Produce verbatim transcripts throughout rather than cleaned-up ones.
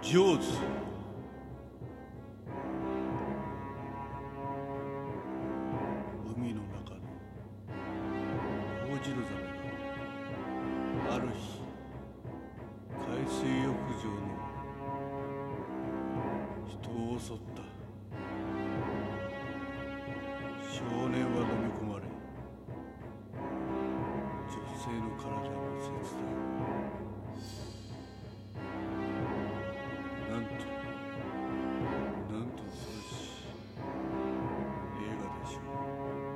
上手。海の中のホウジロザメがある日、海水浴場の人を襲った。少年は飲み込まれ、女性の体を切断。なんとなんと恐ろしい映画でしょう。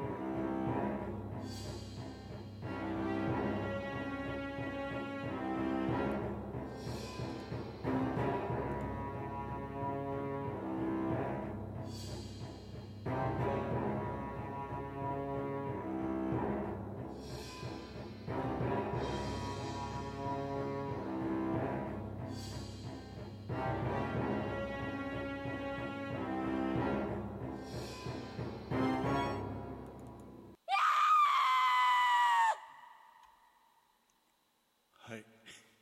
はい、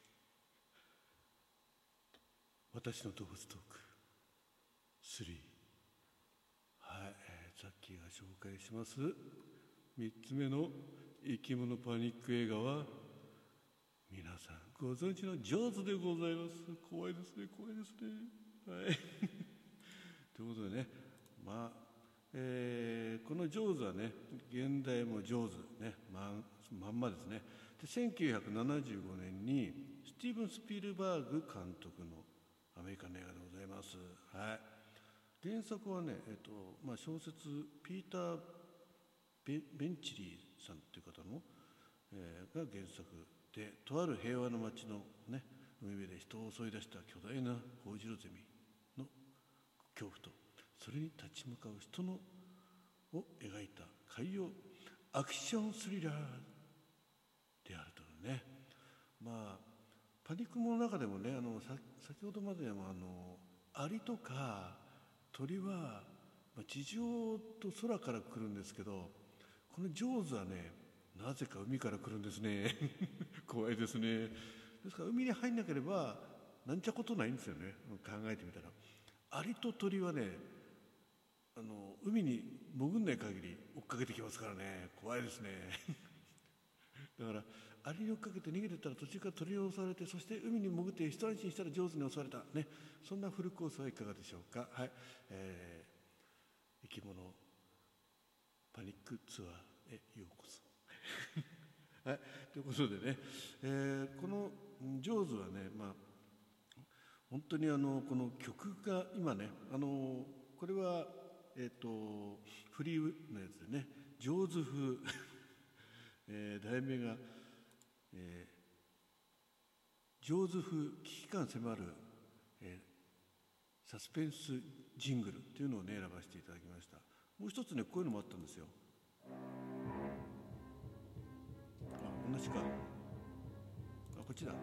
私の動物トークスリー、はい、えー、ザッキーが紹介しますみっつめの生き物パニック映画は、皆さんご存知のジョーズでございます。怖いですね、怖いですね。はいということでね、まあえー、このジョーズはね、現代もジョーズね、まん、まんまですね。でせんきゅうひゃくななじゅうごねんにスティーブン・スピルバーグ監督のアメリカの映画でございます。はい、原作はね、えっとまあ、小説ピーター・ベベンチリーさんという方の、えー、が原作で、とある平和の町の、ね、海辺で人を襲い出した巨大なホウジロゼミの恐怖と、それに立ち向かう人のを描いた海洋アクションスリラーであるというね。まあパニックもの中でもね、あのさ先ほどまではあのアリとか鳥は地上と空から来るんですけど、このジョーズはね、なぜか海から来るんですね怖いですね。ですから海に入んなければなんちゃことないんですよね、考えてみたら。アリと鳥はね、あの海に潜んない限り追っかけてきますからね、怖いですねだからアリに追っかけて逃げてったら途中から鳥に襲われて、そして海に潜って一安心したら上手に襲われたね、そんなフルコースはいかがでしょうか。はい、えー、生き物パニックツアーへようこそはい、ということでね、えー、このジョーズはね、まあ本当にあのこの曲が今ね、あのこれはえっ、ー、とフリーのやつでね、ジョーズ風えー、題名が、えー、ジョーズ風危機感迫る、えー、サスペンスジングルっていうのをね選ばせていただきました。もう一つね、こういうのもあったんですよ。あ、同じか。あ、こっちだ。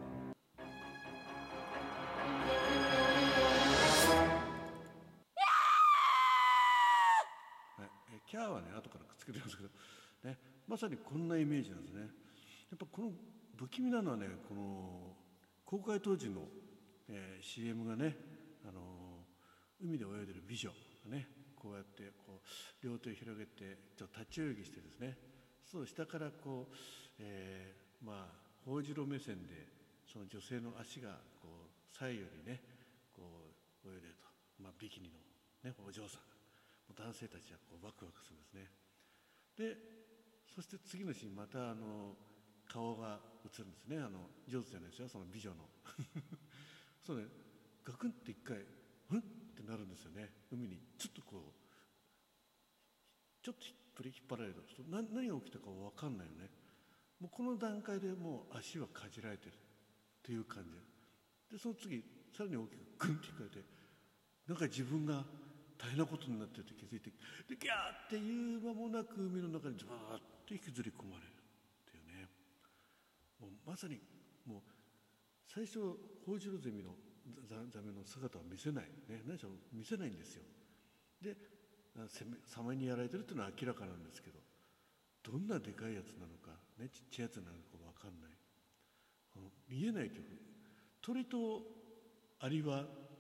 はい、えキャーはね後からくっつけてますけどね、まさにこんなイメージなんですね。やっぱこの不気味なのはね、この公開当時の、えー、シーエム がね、あのー、海で泳いでる美女がね、こうやってこう両手を広げてちょっと立ち泳ぎしてですね、そう下からこう、えー、まあホウジロ目線でその女性の足がこう左右にねこう泳いでると、まあ、ビキニの、ね、お嬢さんが、男性たちはこうワクワクするんですね。でそして次のシーン、またあの顔が映るんですね。あの上手じゃないですよ、その美女のそうね、ガクンって一回ふんってなるんですよね。海にちょっとこうちょっと引っ張られると何何が起きたか分かんないよね。もうこの段階でもう足はかじられてるっていう感じで、その次さらに大きくグンって引かれて、なんか自分が大変なことになってるって気づいて、でギャーっていう間もなく海の中にズバーッと引きずり込まれるっていうね。もうまさにもう最初ホウジロゼミのザメの姿は見せないね、何しろ見せないんですよ。でサメにやられてるっていうのは明らかなんですけど、どんなでかいやつなのか、ね、ちっちゃいやつなのか分かんない、見えないという。鳥とアリは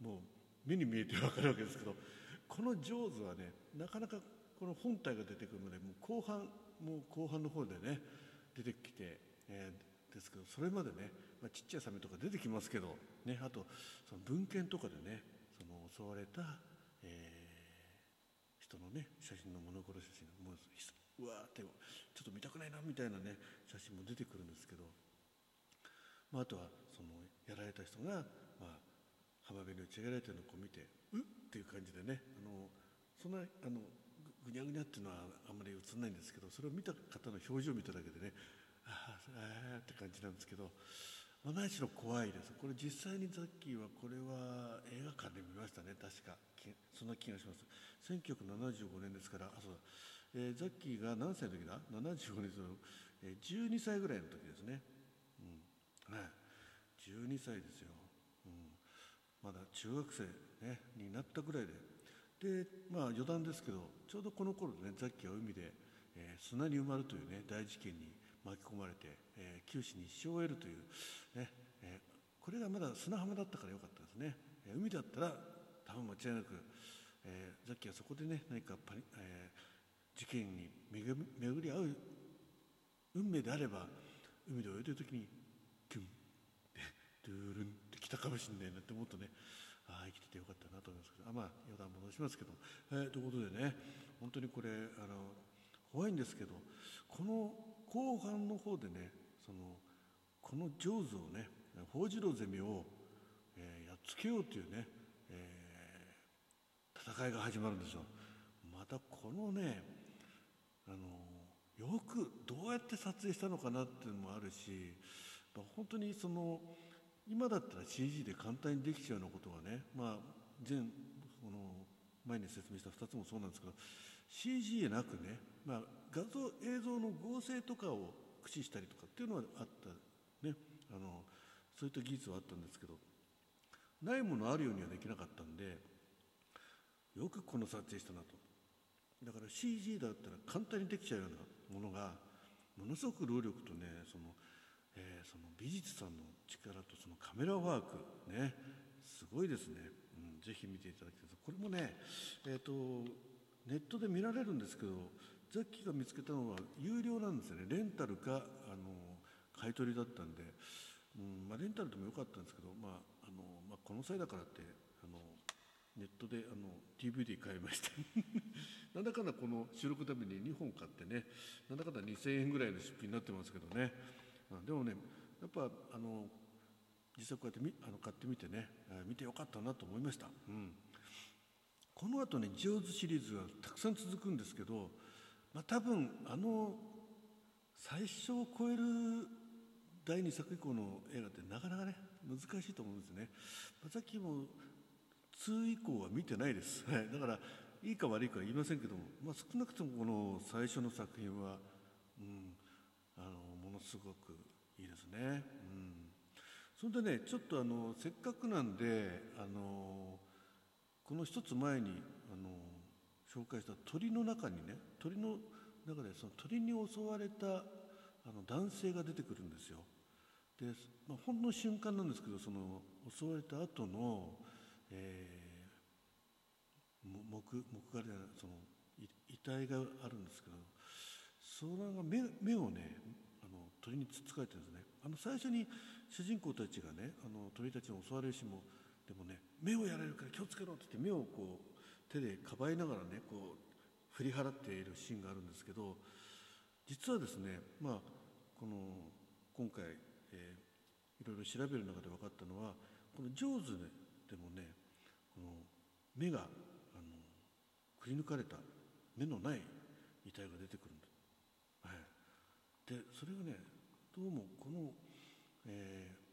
もう目に見えて分かるわけですけど、このジョーズはね、なかなかこの本体が出てくるので、もう後半もう後半の方でね出てきて、えー、ですけど、それまでね、まあ、ちっちゃいサメとか出てきますけどね、あとその文献とかでね、その襲われた、えー、人のね写真のモノクロ写真、もううわーってちょっと見たくないなみたいなね写真も出てくるんですけど、まあ、あとはそのやられた人が、まあ、浜辺に打ち上げられてるのをこう見てうっっていう感じでね、あのそんなあのぐにゃぐにゃっていうのはあんまり映んないんですけど、それを見た方の表情を見ただけでね、ああって感じなんですけど、まあ、何しろ怖いです。これ実際にザッキーはこれは映画館で見ましたね、確かそんな気がします。せんきゅうひゃくななじゅうごねんですから、あ、そうだ、えー、ザッキーが何歳の時だ、ななじゅうごねんの、えー、じゅうにさいぐらいの時ですね、うん、はい、じゅうにさいですよ、うん、まだ中学生、ね、になったぐらいで、で、まあ余談ですけど、ちょうどこの頃ね、ザッキーは海で、えー、砂に埋まるというね大事件に巻き込まれて、えー、九死に一生を得るというね、えー、これがまだ砂浜だったからよかったですね。えー、海だったら多分間違いなく、えー、ザッキーはそこでね、何かパニ、えー、事件に巡り合う運命であれば、海で泳いでる時にキュンドゥールンって来たかもしれないなって思うとね、ああ生きててよかったなと思いますけど、あ、まあ余談戻しますけど、えー、ということでね、本当にこれあの怖いんですけど、この後半の方でね、そのこのジョーズをね、ホホジロゼミを、えー、やっつけようというね、えー、戦いが始まるんですよ。またこのね、あのよくどうやって撮影したのかなっていうのもあるし、まあ、本当にその今だったら シージー で簡単にできちゃうようなことがね、まあ、前この前に説明したふたつもそうなんですけど、 シージー じゃなくね、まあ、画像映像の合成とかを駆使したりとかっていうのはあったね、あのそういった技術はあったんですけど、ないものあるようにはできなかったんで、よくこの撮影したなと。だから シージー だったら簡単にできちゃうようなものが、ものすごく労力とね、そのえー、その美術さんの力とそのカメラワークね、すごいですね、うん、ぜひ見ていただきたいです。これもね、えーと、ネットで見られるんですけど、ザッキーが見つけたのは有料なんですよね。レンタルかあの買い取りだったんで、うんまあ、レンタルでもよかったんですけど、まああのまあ、この際だからってあのネットであの ディーブイディー 買いましたなんだかんだこの収録のためににほん買ってね、なんだかんだにせんえんぐらいの出費になってますけどね。でもね、やっぱあの実際こうやってみあの買ってみてね、見てよかったなと思いました、うん、この後ねジョーズシリーズがたくさん続くんですけど、まあ、多分あの最初を超えるだいにさく以降の映画ってなかなかね難しいと思うんですね。さっきもに以降は見てないです、はい、だからいいか悪いかは言いませんけども、まあ、少なくともこの最初の作品は、うん、あのものすごくいいですね、うん、それでねちょっとあのせっかくなんであのこの一つ前にあの紹介した鳥の中にね、鳥の中でその鳥に襲われたあの男性が出てくるんですよ。で、まあ、ほんの瞬間なんですけど、その襲われた後の、えー、木木枯れじゃない、その遺体があるんですけど、それが 目, 目をねあの鳥につっつかれてるんですね。あの最初に主人公たちがねあの鳥たちに襲われるしも、でもね目をやられるから気をつけろって言って目をこう手でかばいながらねこう振り払っているシーンがあるんですけど、実はですね、まあこの今回、えー、いろいろ調べる中で分かったのは、このジョーズでもねこの目があのくり抜かれた目のない遺体が出てくるんです。はい、でそれがねどうもこの、えー、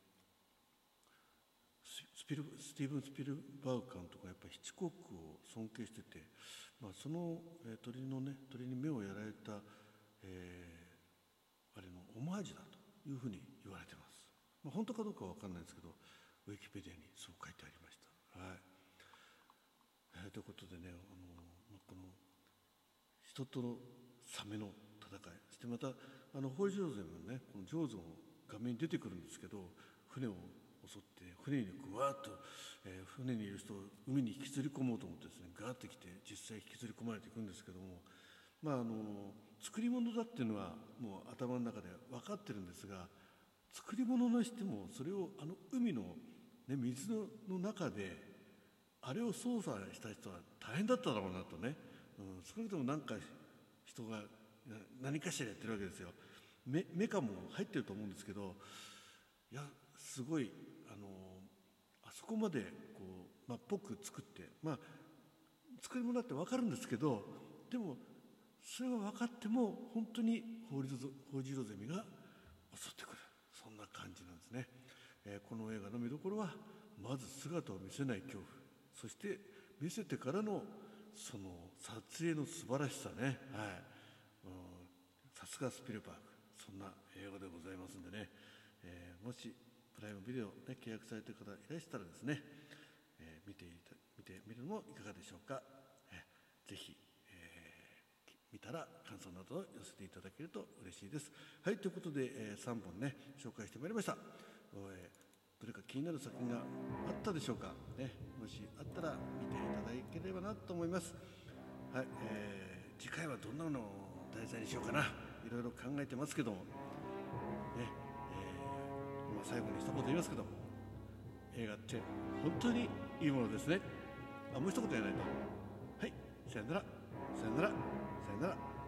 スピルスティーブン・スピルバーグ監督がやっぱりヒッチコックを尊敬してて、まあ、その、えー、鳥のね鳥に目をやられた、えー、あれのオマージュだというふうに言われてます。まあ、本当かどうかは分かんないですけど、ウィキペディアにそう書いてありました。はい、えー、ということでね、あの、まあ、この人とのサメの戦い、そしてまたあのホイジローゼのねこのジョーズも画面に出てくるんですけど、船を襲って船にぐわっと、えー、船にいる人を海に引きずり込もうと思ってですね、ガーッてきて実際引きずり込まれていくんですけども、まああの作り物だっていうのはもう頭の中で分かってるんですが、作り物にしてもそれをあの海の、ね、水の中であれを操作した人は大変だっただろうなとね、うん、少なくとも何か人が何かしらやってるわけですよ。メメカも入ってると思うんですけど、いやすごいあのあそこまでこう、まあ、っぽく作って、まあ作り物だって分かるんですけど、でもそれは分かっても本当にホウジロゼミが襲ってくる、そんな感じなんですね。えー、この映画の見どころはまず姿を見せない恐怖、そして見せてからのその撮影の素晴らしさね、はい、さすがスピルバーグ、そんな映画でございますんでね、えー、もしプライムビデオ、ね、契約されている方いらしたらですね、えー、見ていた見てみるのもいかがでしょうか。えー、ぜひ、えー、見たら感想などを寄せていただけると嬉しいです。はい、ということで、えー、さんぼんね紹介してまいりました。えーどれか気になる作品があったでしょうか、ね、もしあったら見ていただければなと思います。はい、えー、次回はどんなのを題材にしようかな、いろいろ考えてますけども、ねえーまあ、最後に一言言いますけど、映画って本当にいいものですね。あ、もう一言言わないと。はい、さよなら、さよなら、さよなら。